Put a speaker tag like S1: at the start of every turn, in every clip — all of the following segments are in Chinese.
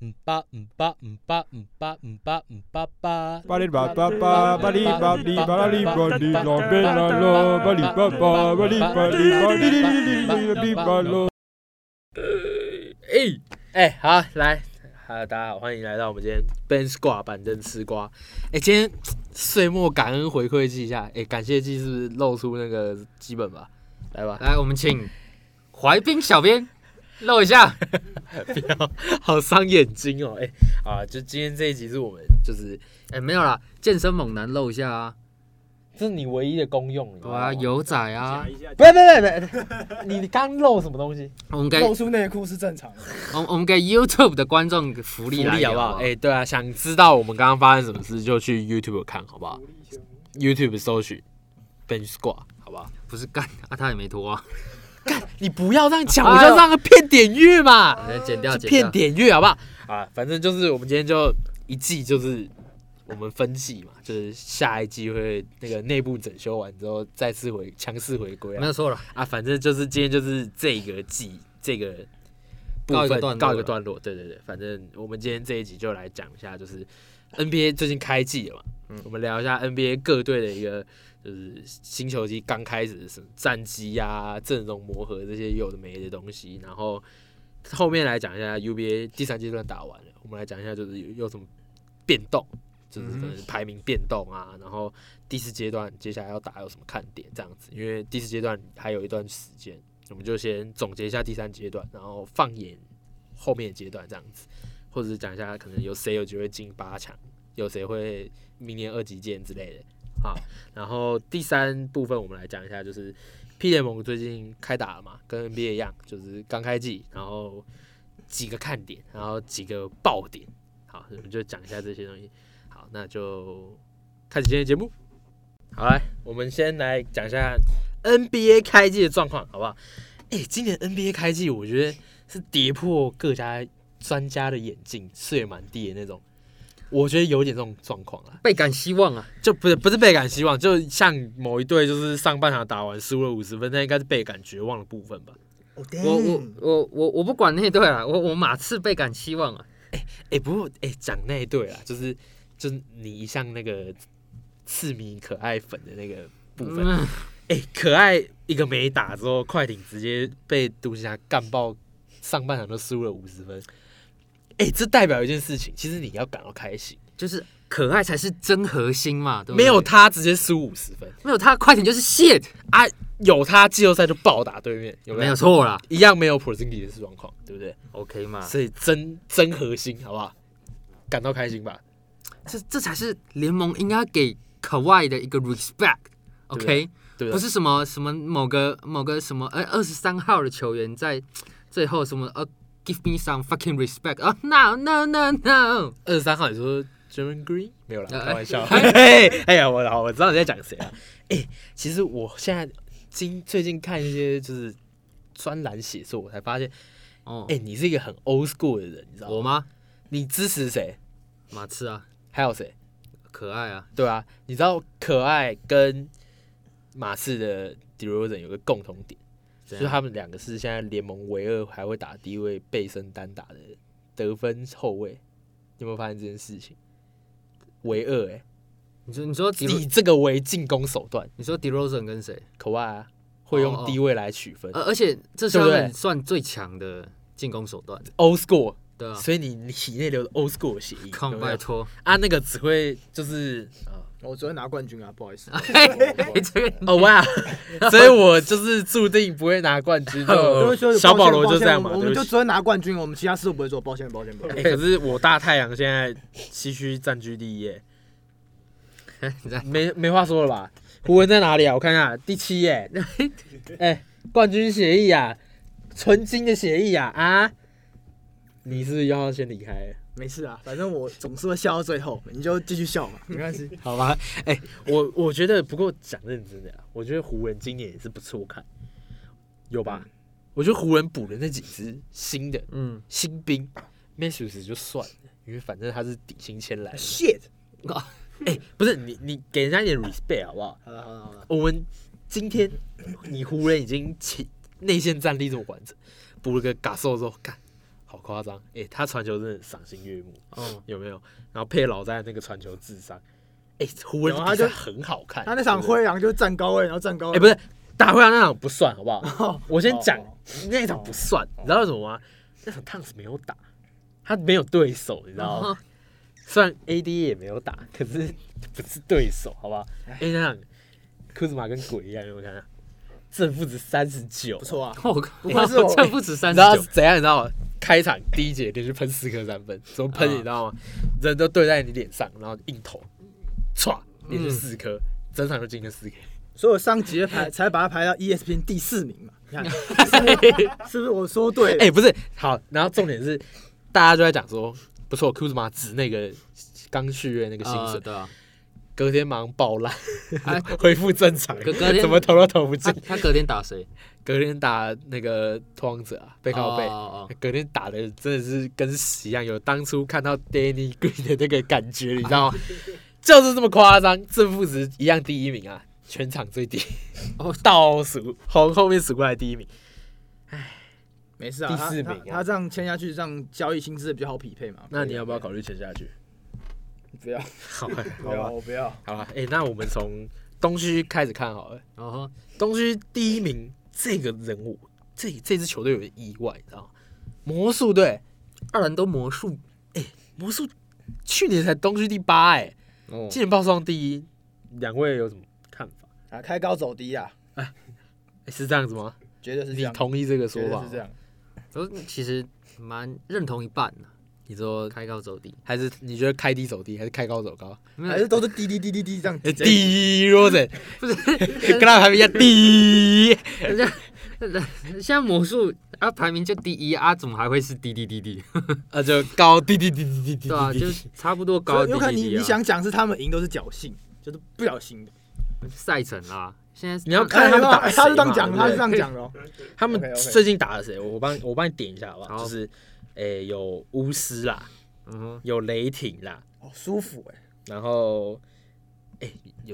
S1: 巴巴巴巴巴巴巴，
S2: 巴里巴巴巴巴里巴里巴里巴里罗贝拉罗巴里巴巴巴里巴里巴里里巴罗。
S1: 好，来，大家好，欢迎来到我们今天 Ben Squad 板凳吃瓜。今天岁末感恩回馈季一下，感谢季是不是露出那个基本吧？来吧，
S3: 来，我们请怀彬小编露一下。
S1: 不要，好伤眼睛哦！就今天这一集是我们就是
S3: 没有啦，健身猛男露一下啊，
S1: 这是你唯一的功用。
S3: 对啊，油仔啊，
S1: 不，你刚露什么东西？
S3: 我们给
S2: 露出内裤是正常的。
S3: 我们给 YouTube 的观众福利来
S1: 好不好？对啊，想知道我们刚刚发生什么事，就去 YouTube 看好不好 ？YouTube 搜寻 Ben Squad 好不好？
S3: 不是干啊，他也没脱啊。
S1: 干，你不要这样讲，我就让他骗点阅嘛，
S3: 剪掉，
S1: 骗点阅好不好？反正就是我们今天就一季就是我们分季嘛，就是下一季会那个内部整修完之后再次强势回归
S3: 没有错了
S1: 反正就是今天就是这个季这个部分告一个段落，对，反正我们今天这一集就来讲一下，就是 NBA 最近开季了嘛，我们聊一下 NBA 各队的一个。就是新球季刚开始的什么战绩啊、阵容磨合这些有的没的东西，然后后面来讲一下 UBA 第3阶段打完了，我们来讲一下就是有什么变动，就是可能排名变动啊，然后第4阶段接下来要打有什么看点这样子，因为第4阶段还有一段时间，我们就先总结一下第3阶段，然后放眼后面的阶段这样子，或者是讲一下可能有谁有机会进8强，有谁会明年2级见之类的。好，然后第3部分我们来讲一下，就是 P 联盟最近开打了嘛，跟 NBA 一样，就是刚开季，然后几个看点，然后几个爆点。好，我们就讲一下这些东西。好，那就开始今天的节目。好，来，我们先来讲一下 NBA 开季的状况，好不好？今年 NBA 开季，我觉得是跌破各家专家的眼镜，睡满地的那种。我觉得有点这种状况啊，
S3: 倍感希望啊，
S1: 就不是倍感希望，就像某一队就是上半场打完输了50分，那应该是倍感绝望的部分吧。
S3: 我不管那队啊，我马刺倍感希望啊。
S1: 不过讲那一队啊，就是你一向那个刺迷可爱粉的那个部分，可爱一个没打之后，快艇直接被独行侠干爆，上半场都输了50分。这代表一件事情，其实你要感到开心，
S3: 就是可爱才是真核心嘛，对不对？
S1: 没有他直接输50分，
S3: 没有他快艇就是 shit
S1: 啊，有他季后赛就暴打对面，有没有？
S3: 没有错啦，
S1: 一样没有 Porzingis 的状况，对不对
S3: ？OK 嘛，
S1: 所以真核心，好不好？感到开心吧？
S3: 这才是联盟应该给可爱的一个 respect，OK？、
S1: 对，
S3: 不是什么某个什么23号的球员在最后什么Give me some fucking respect! Oh no!
S1: 23号你说 Jeremy Green 没有啦，开玩笑。我知道你在讲谁啊？其实我现在最近看一些就是专栏写作，我才发现，你是一个很 old school 的人，你知道吗？
S3: 我吗？
S1: 你支持谁？
S3: 马刺啊，
S1: 还有谁？
S3: 可爱啊，
S1: 对啊，你知道可爱跟马刺的 DeRozan 有个共同点。就是他们两个是现在联盟唯2还会打第1位背身单打的得分后卫，有没有发现这件事情？唯2
S3: 你说
S1: 以这个为进攻手段，
S3: 你说 DeRozan 跟谁？
S1: 可爱啊，会用低位来取分，
S3: 而且这是他们算最强的进攻手段
S1: ，old school，
S3: 对啊，
S1: 所以你体内流的 old school 的血液，
S3: 拜托
S1: 啊，那个只会就是
S2: 我昨天拿冠军啊，不好意思。
S1: 哇，所以我就是注定不会拿冠军。小保罗就这样嘛，
S2: 我们就昨天拿冠军，我们其他事都不会做，抱歉。
S1: 可是我大太阳现在西区占据第1耶，没话说了吧？湖人在哪里啊？我看一下，第7耶。冠军协议啊，纯金的协议啊！你是不是要先离开了？
S2: 没事啊，反正我总是会笑到最后，你就继续笑嘛，没关系。
S1: 好吧，我觉得不过讲认真的啊，我觉得湖人今年也是不错看，有吧？我觉得湖人补的那几支新的，新兵 ，Matthews 就算了，因为反正他是底薪签来的。
S2: Shit，
S1: 不是你给人家一点 respect 好不好？
S2: 好了，
S1: 我们今天你湖人已经内线战力这么完整，补了个 Gasol 之后，干。 好夸张！他传球真的赏心悦目，有没有？然后配老在那个传球智商，湖人比赛很好看。
S2: 他那场灰狼就站高位，然后站高位。
S1: 不是打灰狼那场不算，好不好？我先讲那场不算，你知道为什么吗？那场汤斯没有打，他没有对手，你知道吗？虽然 AD 也没有打，可是不是对手，好不好？那场库兹马跟鬼一样，有没有看到？正负值39，
S2: 不错啊！
S3: 不愧是我，正负值39。
S1: 你知道怎样？你知道吗？开场第一节连续喷4颗3分，怎么喷？你知道吗？人都对在你脸上，然后硬投，唰，连续4颗，整场就进了4颗。
S2: 所以我上集才把他排到 ESPN 第4名嘛。你看，是不是我说对了？
S1: 不是好。然后重点是，大家就在讲说，不错，库兹马值那个刚续约那个薪水，
S3: 对啊。
S1: 隔天马上爆烂，恢复正常。
S3: 隔天
S1: 怎么投都投不进。
S3: 他隔天打谁？
S1: 隔天打那个拓荒者啊，背靠背。隔天打的真的是跟屎一样，有当初看到 Danny Green 的那个感觉，你知道吗？就是这么夸张，正负值一样第1名啊，全场最低，倒数后面数过来第1名。
S2: 没事啊，
S1: 第4名啊。
S2: 他这样签下去，这样交易薪资比较好匹配嘛。
S1: 那你要不要考虑签下去？
S2: 不要，
S1: 好，
S2: 我不要。
S1: 好了，那我们从东区开始看好了。东区第1名这个人物，这支球队有点意外，你知道吗？魔术队
S3: ，2人都魔术。
S1: 魔术去年才东区第8，今年爆上第1，两位有什么看法？
S2: 开高走低啊！
S1: 是这样子吗？
S2: 绝对是这样。
S1: 你同意这个说法？
S2: 是这样。
S3: 我其实蛮认同一半的。
S1: 你说
S3: 开高走低，
S1: 还是你觉得开低走低，还是开高走高，
S2: 还是都是低这样？
S1: 低 Rosen 不是跟他排名一样低。
S3: 现在魔术排名就第1怎么还会是低？
S1: 就高低。
S3: 对啊，就差不多高。
S2: 有可能你想讲是他们赢都是侥幸，就是不小心的
S3: 赛程啦。现在
S1: 你要看他们打谁嘛？
S2: 他是这样讲的。
S1: 他们最近打了谁？我帮你点一下好不好？就是。有巫师啦，有雷霆啦，
S2: 舒服
S1: 然后有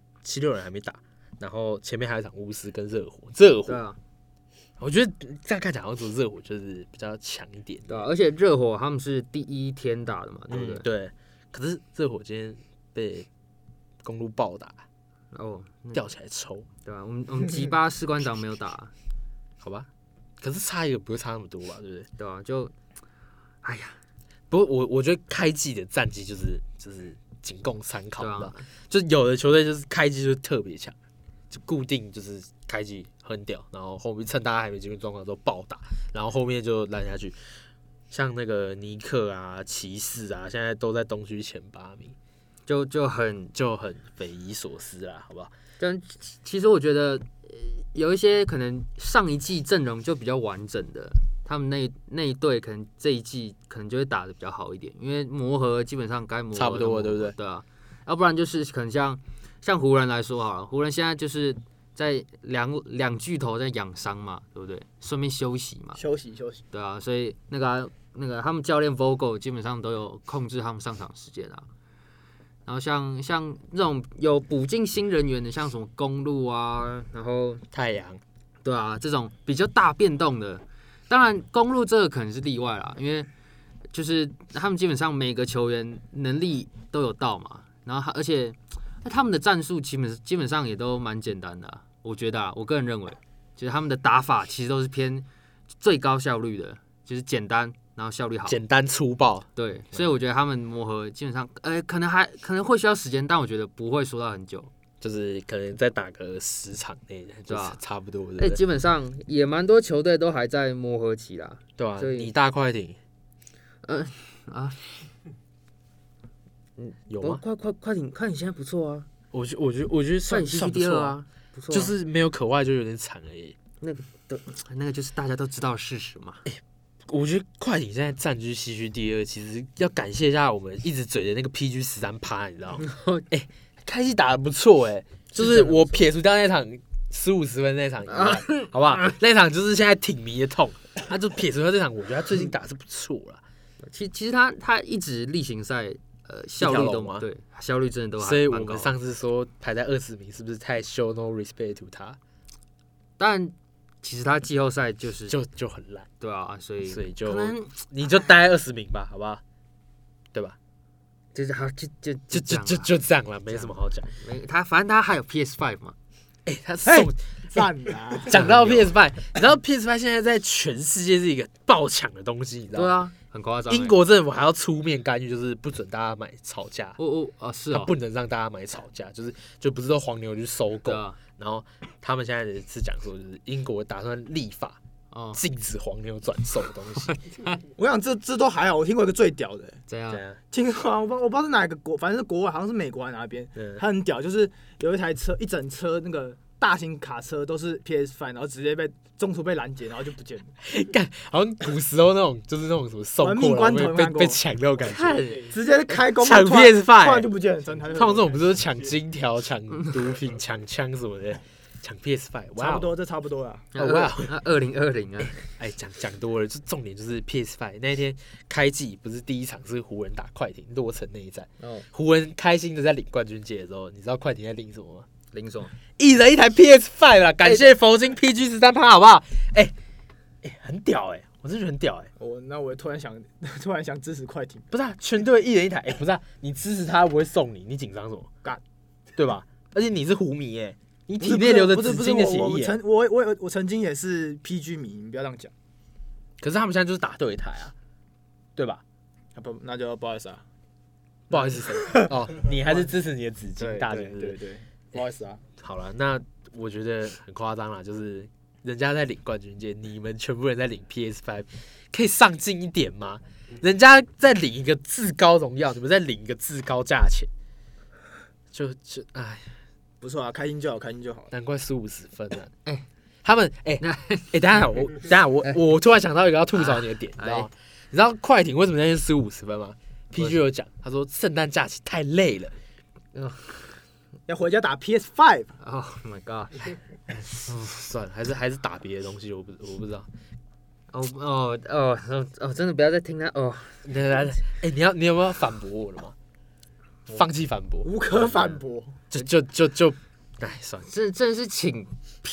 S1: 76人还没打，然后前面还有一场巫师跟热火，对
S3: 啊，
S1: 我觉得这样看起来好像热火就是比较强一点，
S3: 对啊，而且热火他们是第1天打的嘛，对不对？
S1: 对，可是热火今天被公路暴打，吊起来抽，
S3: 对啊，我们吉巴士官长没有打，
S1: 好吧，可是差一个不会差那么多吧，对不对？
S3: 对啊，就。哎呀，
S1: 不过我觉得开季的战绩就是仅供参考，你知道？就有的球队就是开季就是特别强，就固定就是开季很屌，然后后面趁大家还没进入状况的时候暴打，然后后面就烂下去。像那个尼克啊、骑士啊，现在都在东区前8名，就很匪夷所思啦，好不好？
S3: 但其实我觉得有一些可能上一季阵容就比较完整的。他们那一队可能这一季可能就会打得比较好一点，因为磨合基本上该磨合
S1: 差不多，对不对？
S3: 对啊，要不然就是可能像湖人来说好了，湖人现在就是在两巨头在养伤嘛，对不对？顺便休息嘛，
S2: 休息。
S3: 对啊，所以那个他们教练 Vogel 基本上都有控制他们上场时间啊。然后像那种有补进新人员的，像什么公路啊，然后
S1: 太阳，
S3: 对啊，这种比较大变动的。当然，公路这个可能是例外啦，因为就是他们基本上每个球员能力都有到嘛，然后而且他们的战术基本上也都蛮简单的我觉得我个人认为，就是他们的打法其实都是偏最高效率的，就是简单，然后效率好，
S1: 简单粗暴。对，
S3: 所以我觉得他们磨合基本上，可能会需要时间，但我觉得不会说到很久。
S1: 就是可能再打个10场内，就是差不多。
S3: 基本上也蛮多球队都还在磨合期啦，
S1: 对啊，你大快艇，有吗？
S3: 快艇现在不错啊，
S1: 我觉得算
S3: 第2啊，不错，
S1: 就是没有可外就有点惨而已。
S3: 那个就是大家都知道的事实嘛。
S1: 我觉得快艇现在占据西区第2，其实要感谢一下我们一直嘴的那个 PG13%，你知道吗？开季打得不错就是我撇除掉那场15-10分那场以外，好不好？那场就是现在挺迷的痛，他就撇除掉这场，我觉得他最近打是不错啦。
S3: 其实他一直例行赛效率都对，效率真的都还蛮高。
S1: 所以我们上次说排在20名是不是太 show no respect to 他？
S3: 但其实他季后赛就
S1: 很烂，
S3: 对啊，所以
S1: 就
S3: 可能
S1: 你就待20名吧，好不好？对吧？
S3: 就是好就
S1: 这样了，没什么好讲。
S3: 反正他还有 PS5 嘛，
S1: 他送
S2: 赞啊！
S1: 讲到 PS5，你知道 PS5 现在在全世界是一个爆抢的东西，你知道吗？
S3: 对啊，很夸张。
S1: 英国政府还要出面干预，就是不准大家买吵架。
S3: 是啊，
S1: 他不能让大家买吵架，就不是说黄牛去收购。然后他们现在是讲说，就是英国打算立法。禁止黄牛转售的东西。
S2: 我想这都还好，我听过一个最屌的，
S3: 怎样？
S2: 听过我不知道是哪个国，反正是国外，好像是美国还是哪边，他很屌，就是有一台车，一整车那个大型卡车都是 PS5，然后直接中途被拦截，然后就不见了。
S1: 干，好像古时候那种，就是那种什么送货然后被抢那种感觉，
S2: 直接开工
S1: 抢 PS5，
S2: 突然就不见了，真的。
S1: 他们这种不是抢金条、抢毒品、抢枪什么的。抢 PS5，
S2: 差不多，这差不多了。
S3: 哇，2020啊！
S1: 哎，讲多了，就重点就是 PS5 那一天开季，不是第一场是湖人打快艇洛城那一战。湖人开心的在领冠军节的时候，你知道快艇在领什么吗？
S3: 领什么？
S1: 一人一台 PS5 啦！感谢佛经 PG13趴，好不好？很屌我真的觉得很屌
S2: 那我突然想支持快艇。
S1: 不是啊，全队一人一台，不是啊，你支持他不会送你，你紧张什么？
S2: 干，
S1: 对吧？而且你是湖迷你体内流着紫金的血液。
S2: 我曾经也是 PG 迷，你不要这样讲。
S1: 可是他们现在就是打对台啊，对吧？
S2: 不，那就不好意思啊，
S1: 不好意思谁？你还是支持你的紫金大军，
S2: 对，不好意思啊。
S1: 好了，那我觉得很夸张啦，就是人家在领冠军节，你们全部人在领 PS5， 可以上进一点吗？人家在领一个至高荣耀，你们在领一个至高价钱，哎。
S2: 不错啊，开心就好，开心就好。
S1: 难怪40-50分了。他们等一下我突然想到一个要吐槽你的点，你知道吗？你知道快艇为什么那天15-50分吗 ？PG 有讲，他说圣诞假期太累了，
S2: 要回家打 PS5。
S3: Oh my god！
S1: 算了，还是打别的东西，我不知道。
S3: 真的不要再听他
S1: 你有没有反驳我了吗？放弃反驳，
S2: 无可反驳。
S1: 算了，
S3: 真的是请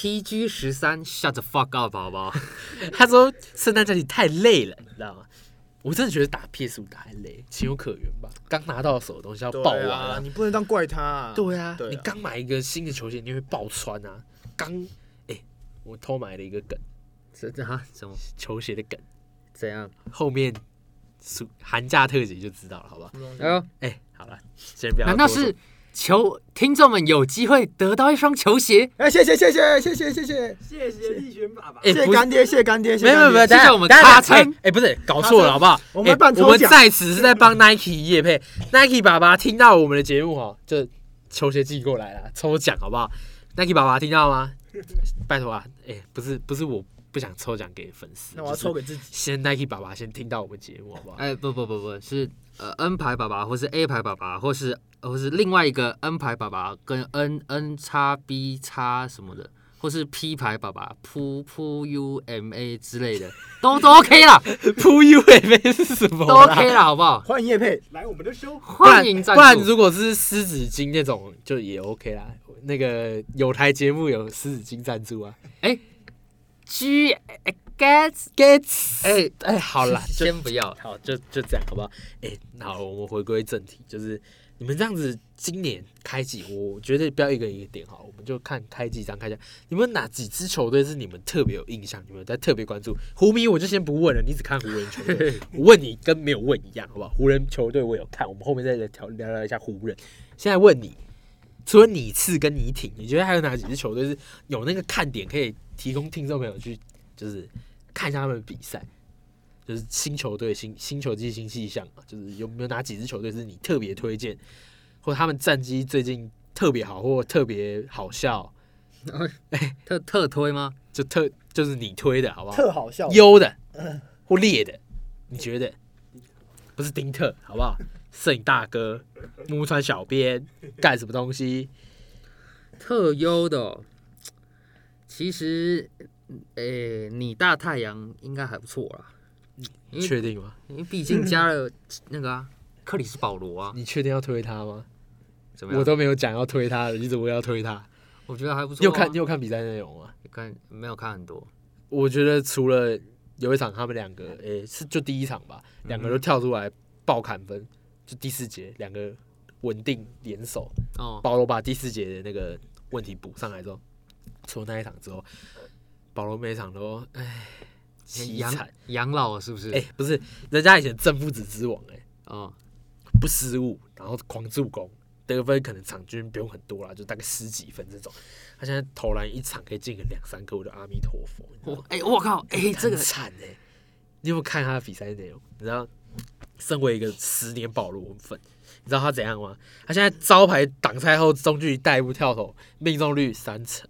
S3: PG13 shut the fuck up 好不好？
S1: 他说圣诞假期太累了，你知道吗？我真的觉得打 PS5 太累，情有可原吧？刚拿到手的东西要爆完
S2: 你不能这样怪他。
S1: 对啊，你刚买一个新的球鞋，你会爆穿啊！我偷买了一个梗，
S3: 什么
S1: 球鞋的梗？
S3: 怎样？
S1: 后面寒假特辑就知道了，好不好？好了，先不要。
S3: 难道是听众们有机会得到一双球鞋？
S2: 谢谢立璇爸爸，谢谢干爹，
S3: 没有，谢谢我们卡称。
S1: 不是搞错了，好不好？
S2: 我们
S1: 在此是在帮 Nike 业配 ，Nike 爸爸听到我们的节目就球鞋寄过来了，抽奖好不好 ？Nike 爸爸听到吗？拜托啊，不是我不想抽奖给粉丝，
S2: 那我要抽给自己。
S1: 先 Nike 爸爸先听到我们节目好不好？
S3: 不是N 牌爸爸，或是 A 牌爸爸，或是另外一个 N 牌爸爸跟 N 叉 B 叉什么的，或是 P 牌爸爸，P U M A 之类的，都 OK 啦。
S1: P U M A 是什么？
S3: 都 OK 啦，好不好？
S2: 欢迎业配来我们的show，
S3: 欢迎赞助。
S1: 不然如果是湿纸巾那种就也 OK 啦。那个有台节目有湿纸巾赞助啊。Gets 好啦，
S3: 先不要，
S1: 好就这样好不好？好，我们回归正题，就是你们这样子今年开季，我觉得不要一个一个点好，我们就看开季这样看一下，你们哪几支球队是你们特别有印象，你们在特别关注？湖迷我就先不问了，你只看湖人球队，我问你跟没有问一样，好不好？湖人球队我有看，我们后面再聊一下湖人。现在问你，除了你次跟你挺，你觉得还有哪几支球队是有那个看点可以提供听众朋友去，就是看一下他们的比赛，就是新球队、新球季、新气象嘛，就是有没有哪几支球队是你特别推荐，或者他们战绩最近特别好或特别好笑？
S3: 特推吗？
S1: 就是你推的好不好？
S2: 特好笑，
S1: 优的或劣的，你觉得？不是丁特好不好？摄影大哥、木川小编干什么东西？
S3: 特优的其实，你大太阳应该还不错啦。
S1: 你确定吗？
S3: 因为毕竟加了那个克里斯保罗啊。
S1: 你确定要推他吗？
S3: 怎么样？
S1: 我都没有讲要推他了，你怎么要推他？
S3: 我觉得还不错。
S1: 你有看比赛内容吗？
S3: 没有看很多。
S1: 我觉得除了有一场他们两个，是就第一场吧，两个都跳出来爆砍分，就第4节两个稳定联手，保罗把第4节的那个问题补上来之后，除了那一场之后，保罗每场都凄惨，
S3: 养老了是不是？
S1: 不是，人家以前正负值之王不失误，然后狂助攻。得分可能场均不用很多啦，就大概10几分这种。他现在投篮一场可以进个2-3颗，我就阿弥陀佛。
S3: 我靠，这个
S1: 惨你有没有看他的比赛内容？你知道，身为一个10年保罗粉，你知道他怎样吗？他现在招牌挡拆后中距离带步跳投，命中率30%。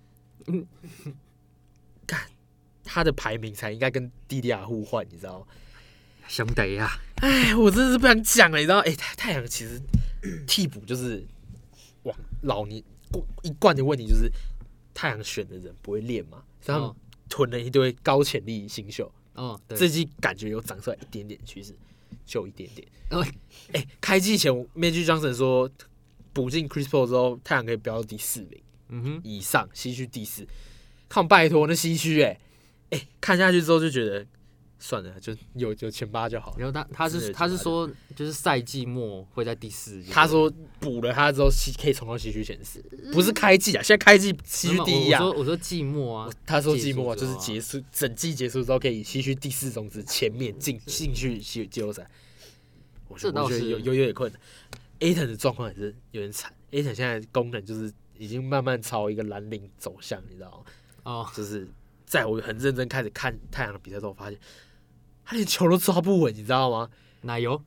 S1: 干，他的排名才应该跟弟弟互换，你知道吗？
S3: 兄弟呀！
S1: 我真的是不想讲了，你知道？太阳其实替补就是老年一贯的问题就是太阳选的人不会练嘛，所以他们囤了一堆高潜力新秀。这季感觉有长出来一点点趋势，就一点点。开季前 Magic Johnson 说补进 Chris Paul 之后，太阳可以飙到第4名以上，西区第4。看拜托那西区看下去之后就觉得。算了，就有前8就好。
S3: 然后他是说，就是赛季末会在第4。
S1: 他说补了他之后可以冲到西区前4，不是开季啊，现在开季西区第1啊。
S3: 我说季末啊，
S1: 他说季末就是结束整季结束之后可以西区第4种子前面进去季后赛。
S3: 这倒是
S1: 有点困难。Ayton 的状况也是有点惨 ，Ayton 现在功能就是已经慢慢朝一个蓝领走向，你知道吗？就是在我很认真开始看太阳的比赛之后，发现。他连球都抓不稳，你知道吗？
S3: 哪有？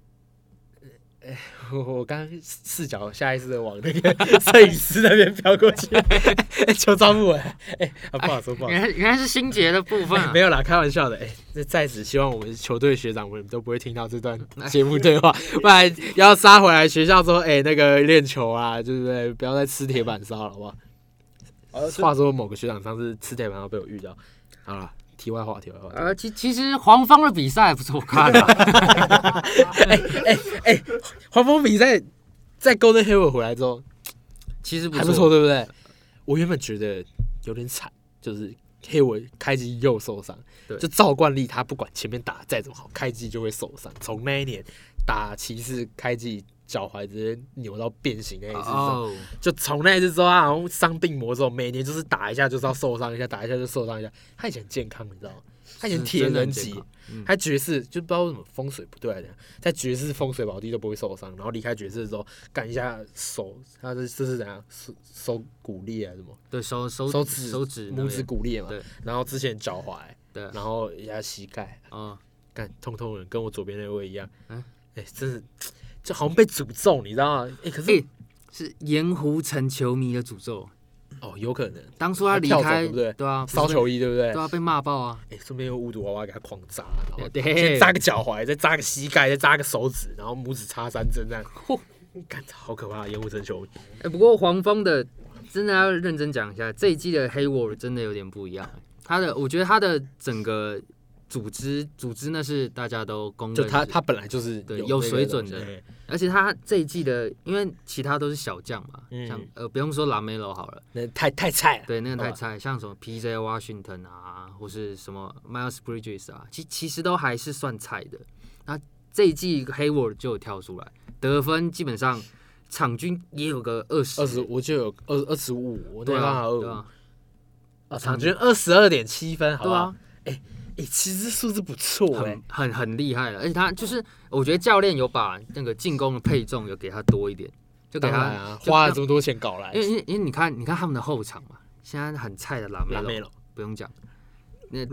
S1: 我刚刚视角下意识的往那个摄影师那边飘过去，球抓不稳。不好说，不好说。
S3: 原来是心结的部分
S1: 没有啦，开玩笑的。在此希望我们球队学长们都不会听到这段节目对话，不然要杀回来学校说，那个练球啊，对不对？不要再吃铁板烧了，好不好？话说某个学长上次吃铁板烧被我遇到，好了。题外话。
S3: 其实黄蜂的比赛不错看啊。
S1: 黄蜂比赛在 Golden Hayward 回来之后，
S3: 其实
S1: 还不错，对不对？我原本觉得有点惨，就是 Hayward 开季又受伤，就照惯例，他不管前面打得再怎么好，开季就会受伤。从那一年打骑士开季。脚踝直接扭到变形那一次之后，就从那一次之后，他好像伤病魔之后，每年就是打一下就是要受伤一下，打一下就受伤一下。他以前很健康，你知道吗？他以前铁人级，他爵士就不知道为什么风水不对的，在爵士风水宝地都不会受伤，然后离开爵士之后干一下手，他这是怎样手骨裂还是什么？
S3: 对，手指
S1: 拇指骨裂嘛。然后之前脚踝，对，然后一下膝盖，干痛痛的，跟我左边那位一样。真是。就好像被诅咒，你知道吗？可是
S3: 是盐湖城球迷的诅咒。
S1: 有可能。
S3: 当初他离开，
S1: 对
S3: 啊，
S1: 烧球衣，对不对？
S3: 对啊，被骂爆啊！
S1: 顺便用巫毒娃娃给他狂扎，然后先扎个脚踝，再扎个膝盖，再扎个手指，然后拇指插3针，这样。干，好可怕！盐湖城球迷。
S3: 不过黄蜂的真的要认真讲一下，这一季的 Hayward 真的有点不一样。我觉得他的整个。组织那是大家都公认，
S1: 就他本来就是
S3: 有水准的，而且他这一季的，因为其他都是小将嘛，像不用说拉梅罗好了，
S1: 那太菜了，
S3: 对，那个太菜，像什么 P.J. Washington 啊，或是什么 Miles Bridges 啊，其实都还是算菜的。那这一季 Hayward 就有跳出来，得分基本上场均也有个20，
S1: 我就有25，我那刚好25，场均22.7分，好吧？其实数字不错，
S3: 很厉害了，而且他就是我觉得教练有把那个进攻的配重有给他多一点，就给他
S1: 花了这么多钱搞来，
S3: 因为你看他们的后场嘛，现在很菜的拉梅罗不用讲，那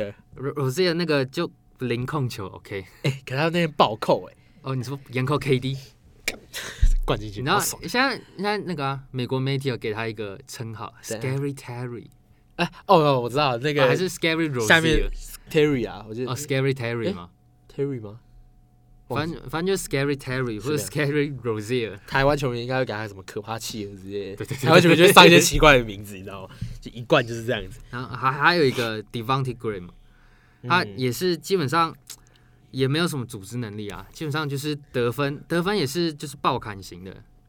S3: Rozier 那个就零控球 OK，
S1: 可他那天暴扣
S3: 你说严扣 KD
S1: 灌进去，
S3: 然后现在那个美国媒体有给他一个称号 Scary Terry。
S1: 我知道那个
S3: 还是 Scary Rozier
S1: 下面 Terry 啊，我觉得
S3: Scary Terry 吗
S1: ？Terry 吗？
S3: 反正就是 Scary Terry 或者 Scary Rozier。
S1: 台湾球员应该会给他什么可怕企鹅之类的，台湾球员就会上一些奇怪的名字，你知道吗？就一贯就是这样子。
S3: 然后还有一个 Devonte Graham， 他也是基本上也没有什么组织能力啊，基本上就是得分也是就是爆砍型的，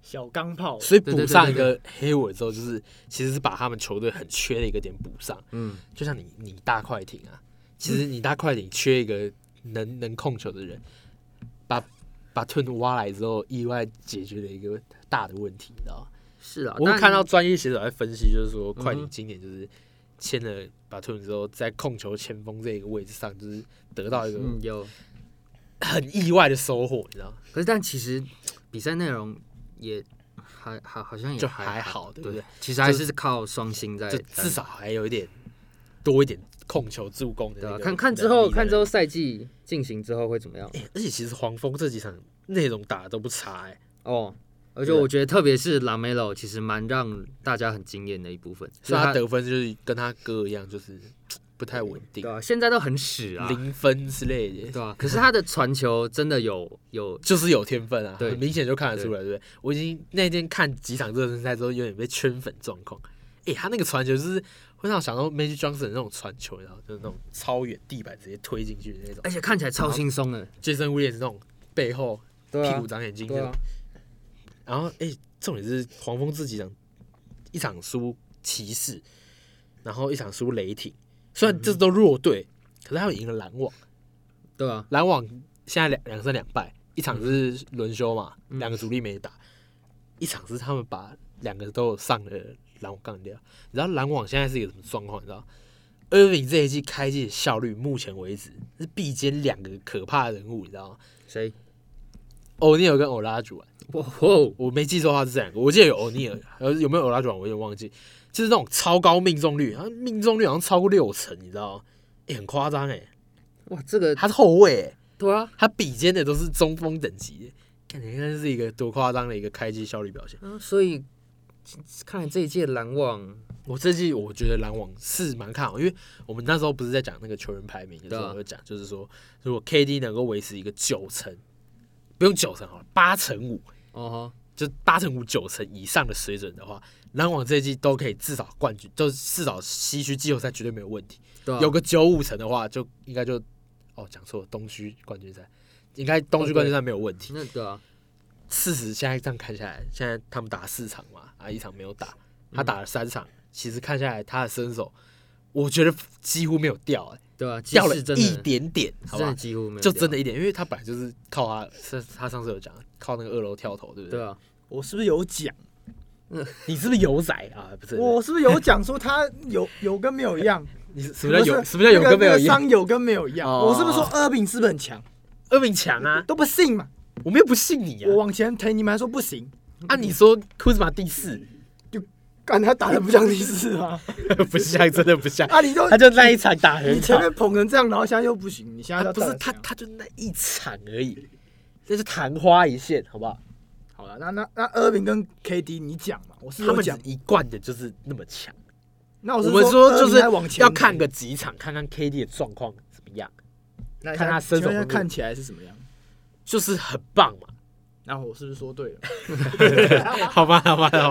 S2: 小钢炮，
S1: 所以补上一个黑尾之后，就是其实是把他们球队很缺的一个点补上。就像你大快艇啊，其实你大快艇缺一个能控球的人，把盾挖来之后，意外解决了一个大的问题，你知道吗？
S3: 是啊，
S1: 我看到专业写手在分析，就是说快艇今年就是签了把盾之后，在控球前锋这个位置上，就是得到一个
S3: 有
S1: 很意外的收获，你知道吗？
S3: 可是但其实比赛内容也好像也
S1: 就还好，对不对？
S3: 其实还是靠双星在，
S1: 就至少还有多一点控球助攻的那个。
S3: 看之后赛季进行之后会怎么样？
S1: 而且其实黄蜂这几场内容打的都不差
S3: 而且我觉得特别是拉梅罗，其实蛮让大家很惊艳的一部分。
S1: 所以他得分就是跟他哥一样，就是不太稳定。
S3: 对啊，现在都很屎啊
S1: ，0分之类的。
S3: 对啊，可是他的传球真的有
S1: 就是有天分啊，
S3: 对，
S1: 很明显就看得出来，对不对？我已经那天看几场热身赛之后，有点被圈粉状况。他那个传球就是会让我想到 Magic Johnson 的那种传球，然后就是那种超远地板直接推进去的那种，
S3: 而且看起来超轻松的。
S1: Jason Williams 那种背后屁股长眼睛那种。然后重点是黄蜂这几场，一场输骑士，然后一场输雷霆，虽然这都弱队，可是他们赢了篮网。
S3: 对啊，
S1: 篮网现在2胜2败，一场是轮休嘛，2个主力没打，一场是他们把2个都有上了篮网干掉。你知道篮网现在是一个什么状况？你知道，Irving 这一季开季的效率，目前为止是比肩2个可怕的人物，你知道吗？
S3: 谁？
S1: 欧尼尔跟欧拉主啊。我没记错的话是这2个，我记得有欧尼尔，有没有欧拉主我有点忘记。就是那种超高命中率，他命中率好像超过60%，你知道吗？很夸张
S3: 哇，这个
S1: 他是后卫
S3: 对啊，
S1: 他比肩的都是中锋等级的，看起来是一个多夸张的一个开季效率表现。
S3: 所以看来这一届篮网，
S1: 这季我觉得篮网是蛮看好，因为我们那时候不是在讲那个球员排名的时候有讲，就是说如果 KD 能够维持一个90%，不用90%好了，85%。就85%、90%以上的水准的话，篮网这一季都可以至少冠军，就至少西区季后赛绝对没有问题。有个95%的话，就应该就讲错了，东区冠军赛应该东区冠军赛没有问题。
S3: 那对啊，
S1: 事实现在这样看下来，现在他们打4场嘛，1场没有打，他打了3场，其实看下来他的身手，我觉得几乎没有掉
S3: 对啊，
S1: 掉了一点点，好吧，
S3: 几乎没有，
S1: 就真的一点，因为他本来就是靠他上次有讲，靠那个2楼跳投，对不对？
S3: 对啊，
S2: 我是不是有讲？
S1: 你是不是有仔啊？不是，
S2: 我是不是有讲说他有跟没有一样？
S1: 你什么叫有跟没有一样？
S2: 伤有跟没有一样。我是不是说Irving是不是很强
S1: ？Irving强啊，
S2: 都不信嘛？
S1: 我们又不信你啊！
S2: 我往前推，你们还说不行
S1: 你说库兹马第4。
S2: 干他打得不像第4啊，
S1: 不像，真的不像
S2: 他
S1: 就那一场打很好，
S2: 你前面捧成这样，然后现在又不行，你现在
S1: 不是他就那一场而已，这是昙花一现，好不好？
S2: 好了，那Irving跟 KD 你讲嘛，我是
S1: 他们一贯的就是那么强。
S2: 那我
S1: 们说就是要看个几场，看看 KD 的状况怎么样，看他身手
S2: 看起来是什么样，
S1: 就是很棒嘛。
S2: 然后我是不是说对了？
S1: 好吧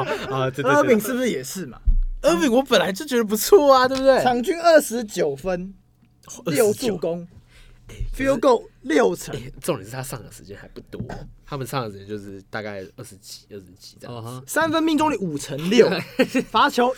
S1: ，Irving
S2: 是不是也是嘛
S1: ？Irving 我本来就觉得不错啊，对不对？
S2: 场均29分，6助攻，field goal 6成。
S1: 重点是他上场时间还不多，他们上场时间就是大概20几这样。
S2: 3分命中率5成6，罚球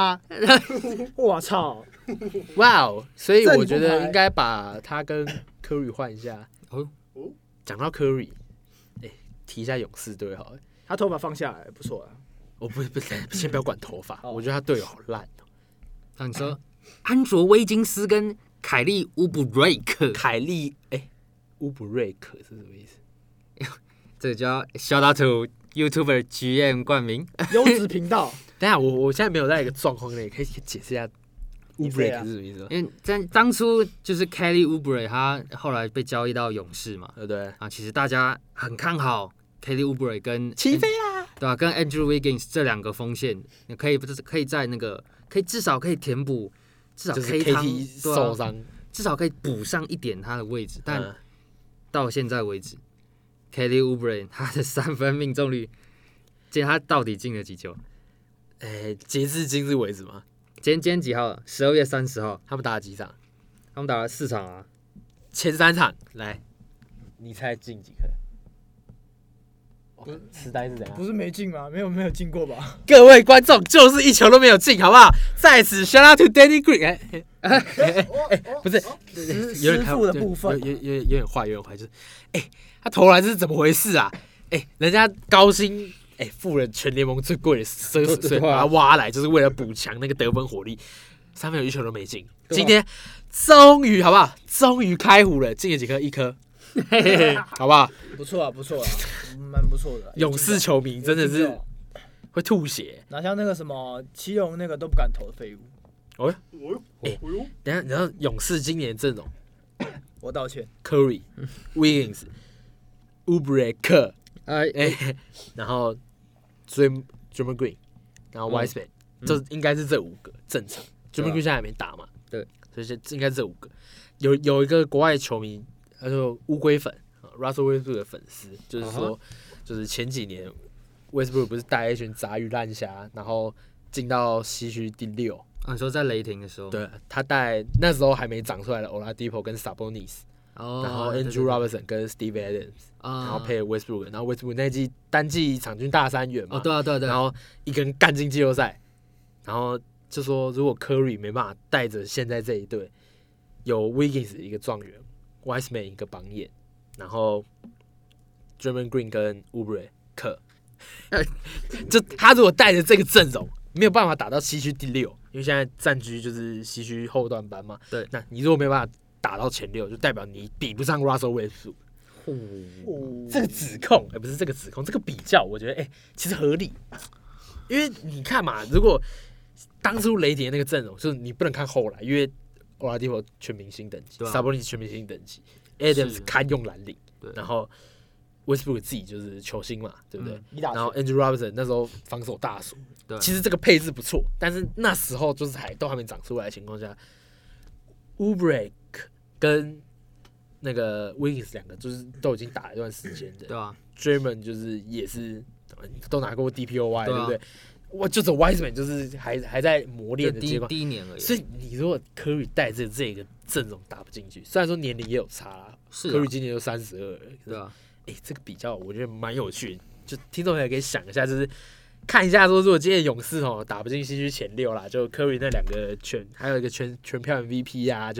S2: 100%。我操！
S1: 哇哦！所以我觉得应该把他跟 Curry 换一下。讲到 Curry。提一下勇士队好了，
S2: 他头发放下来不错啊。
S1: 我不先不要管头发，我觉得他队友好烂
S3: 你说安卓威金斯跟凯利乌布瑞克，
S1: 乌布瑞克是什么意思？
S3: 这个叫 shout out to YouTuber GM 冠名
S2: 优质频道。
S1: 等一下我现在没有在一个状况内，可以解释一下乌布瑞克是什么意思吗？
S3: 因为在当初就是 Kelly Oubre 他后来被交易到勇士嘛，
S1: 对不对？
S3: 其实大家很看好。Kelly Oubre 跟
S1: 起飞啦，
S3: 对吧？跟 Andrew Wiggins 这2个锋线，可以在那个至少可以填补，至少
S1: KT 受伤，
S3: 至少可以补上一点他的位置。但到现在为止 ，Kelly Oubre 他的3分命中率，今天他到底进了几球？
S1: 截至今日为止吗？
S3: 今天几号？12月30号。
S1: 他们打了几场？
S3: 他们打了4场啊。
S1: 前3场来，你猜进几颗？ 痴呆是怎样？
S2: 不是没进吗？没有进过吧？
S1: 各位观众，就是一球都没有进，好不好？在此 shout out to Danny Green。不是，有点
S2: 师傅的部分，
S1: 有点坏，就是他投篮是怎么回事啊？人家高薪付了全联盟最贵的奢侈税，把他挖来，就是为了补强那个得分火力，三分有一球都没进。今天终于好不好？终于开胡了，进了几颗？1颗。好不好？
S2: 不错啊，蛮不错的。
S1: 勇士球迷真的是会吐血，
S2: 哪像那个什么七龙那个都不敢投的废物。
S1: 等一下，你知道勇士今年阵容？
S2: 我道歉。
S1: Curry、Wiggins、Oubre、然后 Draymond Green， 然后 Wiseman，这应该是这5个正常。Draymond Green 现在还没打嘛？
S3: 对，
S1: 所以应该是这5个。有一个国外球迷。他说乌龟粉 ，Russell Westbrook 的粉丝，就是说，就是前几年 Westbrook 不是带一群杂鱼烂虾，然后进到西区第6。
S3: 你说在雷霆的时候，
S1: 对，他带那时候还没长出来的 Oladipo 跟 Sabonis，然后 Andrew Robertson 跟 Steve Adams，然后配 Westbrook， 然后 Westbrook 那季单季场均大3元嘛，
S3: 对，
S1: 然后一个人干进季后赛，然后就说如果 Curry 没办法带着现在这一队，有 Wiggins 一个状元。Wiseman 一个榜眼，然后 Draymond Green 跟 Oubre 就他如果带着这个阵容，没有办法打到西区第6，因为现在占据就是西区后段班嘛。
S3: 对，
S1: 那你如果没有办法打到前6，就代表你比不上 Russell Westbrook。这个指控，不是这个指控，这个比较，我觉得其实合理，因为你看嘛，如果当初雷霆那个阵容，就是你不能看后来，因为Oladipo 全明星等级 ，Sabonis 全明星等级 ，Adams 堪用蓝领，然后 Westbrook 自己就是球星嘛，对不对？然后 Andrew Robertson 那时候防守大锁，其实这个配置不错，但是那时候就是都还没长出来的情况下 ，Oubre 跟那个 Wiggins 2个就是都已经打了一段时间的，
S3: 对啊
S1: ，Draymond 就是也是都拿过 DPOY， 对不对？我就走 Wiseman 就是还在磨练的阶段，
S3: 第一年而已。
S1: 所以你如果科瑞带着这个阵容打不进去，虽然说年龄也有差啦，科瑞今年就32了，
S3: 对啊，
S1: 这个比较我觉得蛮有趣的，就听众朋友可以想一下，就是看一下说，如果今天勇士打不进西区前6啦，就科瑞那2个还有一个全票 MVP 啊，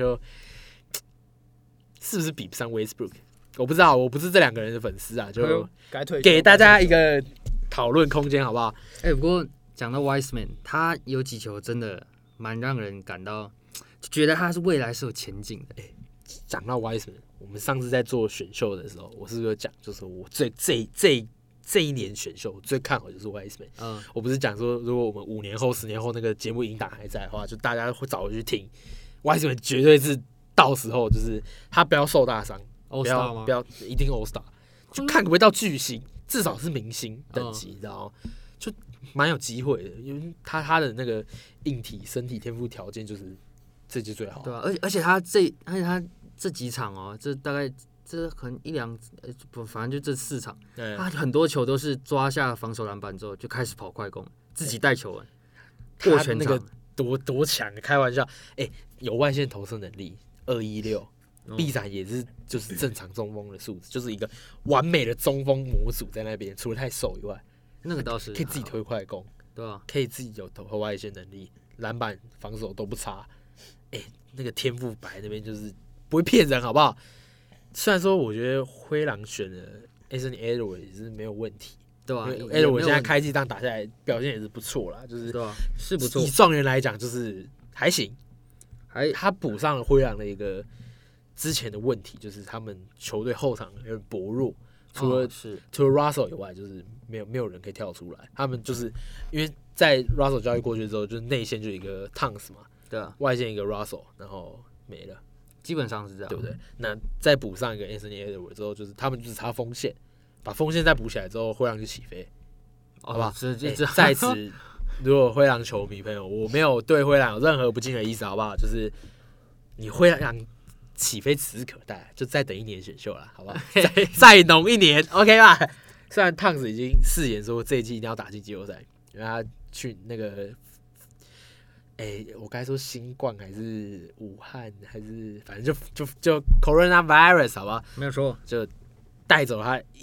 S1: 就是不是比不上 Westbrook？ 我不知道，我不是这2个人的粉丝啊，就给大家一个讨论空间，好不好？
S3: 不过。讲到 Wiseman， 他有几球真的蛮让人感到，就觉得他是未来是有前景的。
S1: 讲到 Wiseman， 我们上次在做选秀的时候，我是不是有讲，就是我这一年选秀我最看好就是 Wiseman。我不是讲说，如果我们5年后、10年后那个节目音档还在的话，就大家会找我去听 Wiseman， 绝对是到时候就是他不要受大伤，不要一定 All Star， 就看可不可以到巨星，至少是明星等级，你知道吗？就蛮有机会的，因为他的那个硬体、身体天赋条件就是这季最好，
S3: 对吧？而且他这几场这大概这可能反正就这4场，他很多球都是抓下防守篮板之后就开始跑快攻，自己带球过全场，
S1: 那个多强！开玩笑，有外线投射能力，216，臂展也是就是正常中锋的素质，就是一个完美的中锋模组在那边，除了太瘦以外。
S3: 那个倒是
S1: 可以自己推快攻，
S3: 对啊，
S1: 可以自己有投外线能力，篮板防守都不差。那个天赋摆那边就是不会骗人，好不好？虽然说我觉得灰狼选的 Anthony Edwards 也是没有问题，
S3: 对吧
S1: ？Edwards 现在开季这样打下来，表现也是不错啦，就是
S3: 对啊，是不错。
S1: 以状元来讲，就是还行，他补上了灰狼的一个之前的问题，就是他们球队后场有点薄弱。除了 Russell 以外，就是没有人可以跳出来。他们就是因为在 Russell 交易过去之后，就是内线就一个 Towns 嘛，
S3: 对啊，
S1: 外线一个 Russell， 然后没了，
S3: 基本上是这样，
S1: 对不对？那再补上一个 Anthony Edwards 之后，就是他们就只差锋线，把锋线再补起来之后，灰狼就起飞，好不好？在此，如果灰狼球迷朋友，我没有对灰狼有任何不敬的意思，好不好？就是你灰狼起飞指日可待，就再等1年选秀了，好不好？再弄1年 ，OK 吧？虽然烫子已经誓言说这一季一定要打进季后赛，因为他去那个，我该说新冠还是武汉还是反正就 coronavirus 好不好？
S3: 没有错，
S1: 就带走他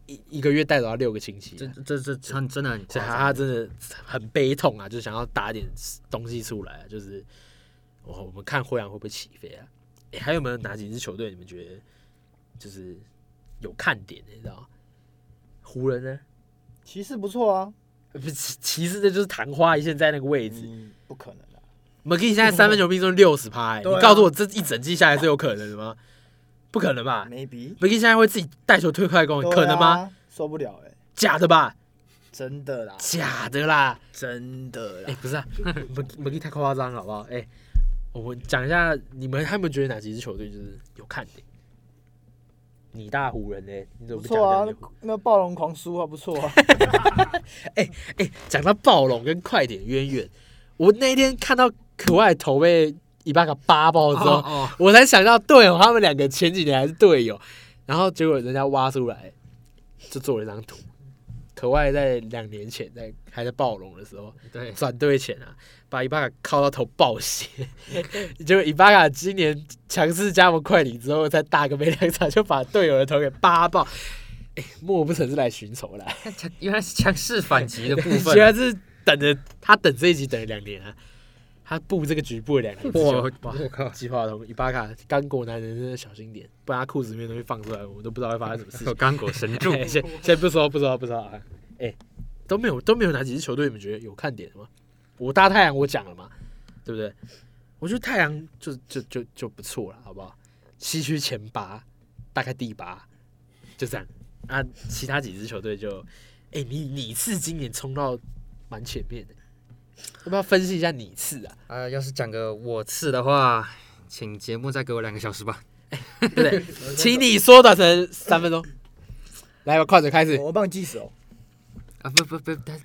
S1: 一个月带走他6个亲戚，
S3: 这真的很，
S1: 所以他真的很悲痛啊，就想要打点东西出来，就是我们看灰狼会不会起飞啊？还有没有哪几支球队你们觉得就是有看点的？你知道吗？湖人呢？
S2: 骑士不错啊，
S1: 不是骑士，这就是昙花一现在那个位置，
S2: 不可能的。
S1: McGee 现在3分球命中60%，你告诉我这一整季下来是有可能的吗？不可能吧
S2: ？Maybe
S1: McGee 现在会自己带球推快攻，可能吗？
S2: 受不了
S1: 假的吧？
S2: 真的啦，
S1: 假的啦，
S2: 真的啦。
S1: 不是啊，McGee 太夸张了，好不好？我们讲一下，你们有没有觉得哪几支球队就是有看点？你大湖人呢？你怎么不讲？
S2: 不错啊，那暴龙狂输还不错啊。
S1: 讲到暴龙跟快点渊源，我那天看到可外投被伊巴卡8爆之后，我才想到，对哦，他们2个前几年还是队友，然后结果人家挖出来，就做了一张图。可外在2年前还在暴龙的时候，
S3: 对，
S1: 转队前啊，把伊巴卡靠到头爆血，结果伊巴卡今年强势加盟快艇之后，才打个没2场就把队友的头给8爆，莫不成是来寻仇来？
S3: 原来是强势反击的部分，
S1: 原来是等这一集等了2年啊。他布这个局布了2年，
S3: 我靠！
S1: 计划通伊巴卡刚果男人真的小心点，不然他裤子里面东西放出来，我们都不知道会发生什么事情。
S3: 刚果神助，
S1: 先不说啊，都没有哪几支球队你们觉得有看点的吗？我大太阳我讲了嘛，对不对？我觉得太阳就不错了，好不好？西区前8，大概第8，就这样啊。其他几支球队就，你是今年冲到蛮前面的。要不要分析一下你次啊？
S3: 要是讲个我次的话，请节目再给我2个小时吧。
S1: 对不对？请你缩短成3分钟。来吧，快点开始。
S2: 我帮你计时哦。
S3: 不，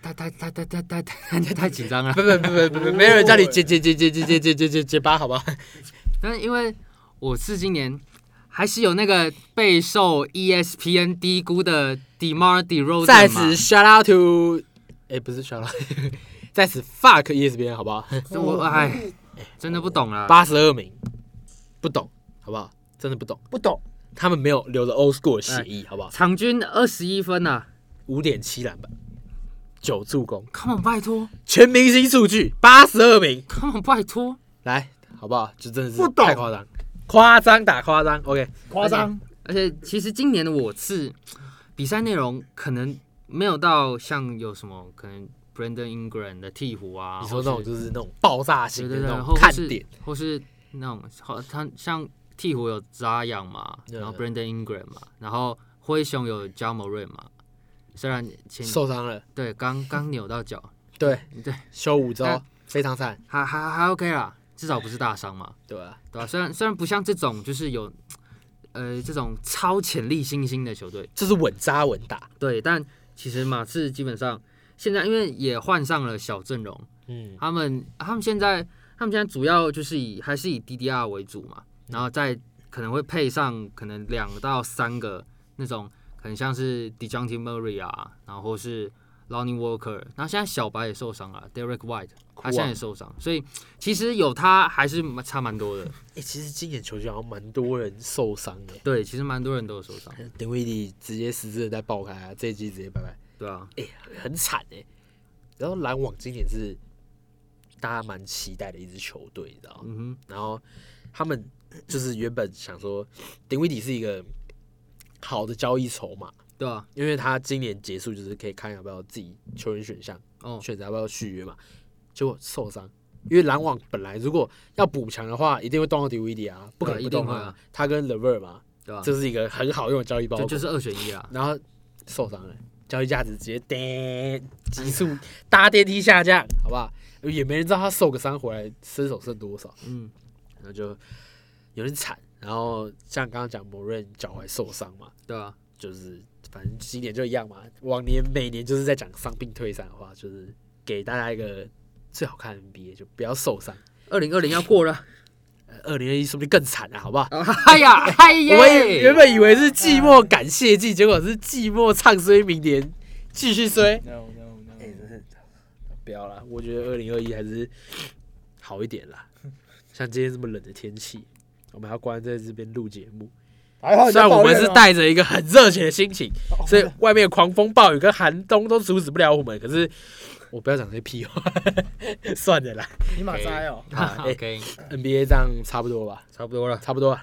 S3: 太紧张了。
S1: 不，没有人叫你结巴，好不好？
S3: 但是因为我次今年还是有那个备受 ESPN 低估的 DeMar DeRozan
S1: 在此 shout out to， 不是 shout out。在此 fuck ESPN 好不好？
S3: 我真的不懂了。
S1: 82名，不懂好不好？真的不懂。他们没有留着 old school 的协议，好不好？
S3: 场均21分啊
S1: ，5.7篮板，9助攻。
S3: Come on， 拜托！
S1: 全明星数据，82名。
S3: Come on， 拜托！
S1: 来，好不好？就真的是太夸张，打夸张 ，OK，
S2: 夸张。
S3: 而且其实今年的我次比赛内容可能没有到像有什么可能。Brandon Ingram 的鹈鹕啊，
S1: 你说那种就是那种爆炸型的那种看点，
S3: 或是那种他像鹈鹕有 Zion 嘛，然后 Brandon Ingram 嘛，然后灰熊有 Ja Morant 嘛，虽然
S1: 受伤了，
S3: 对，刚扭到脚，
S1: 对，休5周，非常惨，
S3: 还 OK 啦，至少不是大伤嘛，
S1: 对吧？
S3: 虽然不像这种就是有这种超潜力新星的球队，
S1: 这是稳扎稳打，
S3: 对，但其实马刺基本上。现在因为也换上了小阵容，他们现在主要就是还是以 DDR 为主嘛，然后再可能会配上可能2到3个那种可能像是 DeJounte Murray 啊，然后或是 Lonnie Walker， 然后现在小白也受伤了 ，Derek White 他现在也受伤，所以其实有他还是差蛮多的。
S1: 其实今年球季好像蛮多人受伤的，
S3: 对，其实蛮多人都有受伤。
S1: 丁威迪直接10字在爆开啊，这一季直接拜拜。
S3: 对啊，
S1: 很惨然后篮网今年是大家蛮期待的一支球队，你知道吗？然后他们就是原本想说，丁威迪是一个好的交易筹码，
S3: 对啊，
S1: 因为他今年结束就是可以看要不要自己球员选项，选择要不要续约嘛。结果受伤，因为篮网本来如果要补强的话，一定会动到丁威迪啊，不可能不动啊。他跟 LeVert 嘛，对吧？这是一个很好用的交易包裹，
S3: 就是2选1啊。
S1: 然后受伤了。交易价值直接急速搭电梯下降，好不好？也没人知道他受个伤回来身手剩多少，然后就有点惨。然后像刚刚讲某人脚踝受伤嘛，
S3: 对啊，
S1: 就是反正今年就一样嘛。往年每年就是在讲伤病退散的话，就是给大家一个最好看的 NBA， 就不要受伤。
S3: 2020要过了。
S1: 2021说不定更惨啊，好不好？
S3: 我
S1: 们原本以为是季末感谢季，结果是季末唱衰，明年继续衰。真是不要啦！我觉得2021还是好一点啦。像今天这么冷的天气，我们还要关在这边录节目， 虽然我们是带着一个很热情的心情，所以外面的狂风暴雨跟寒冬都阻止不了我们。可是我不要讲这些屁话，算了啦。
S2: 你马哉哦。
S3: OK，
S1: NBA 这样差不多吧？
S3: 差不多了。
S1: 差不多了。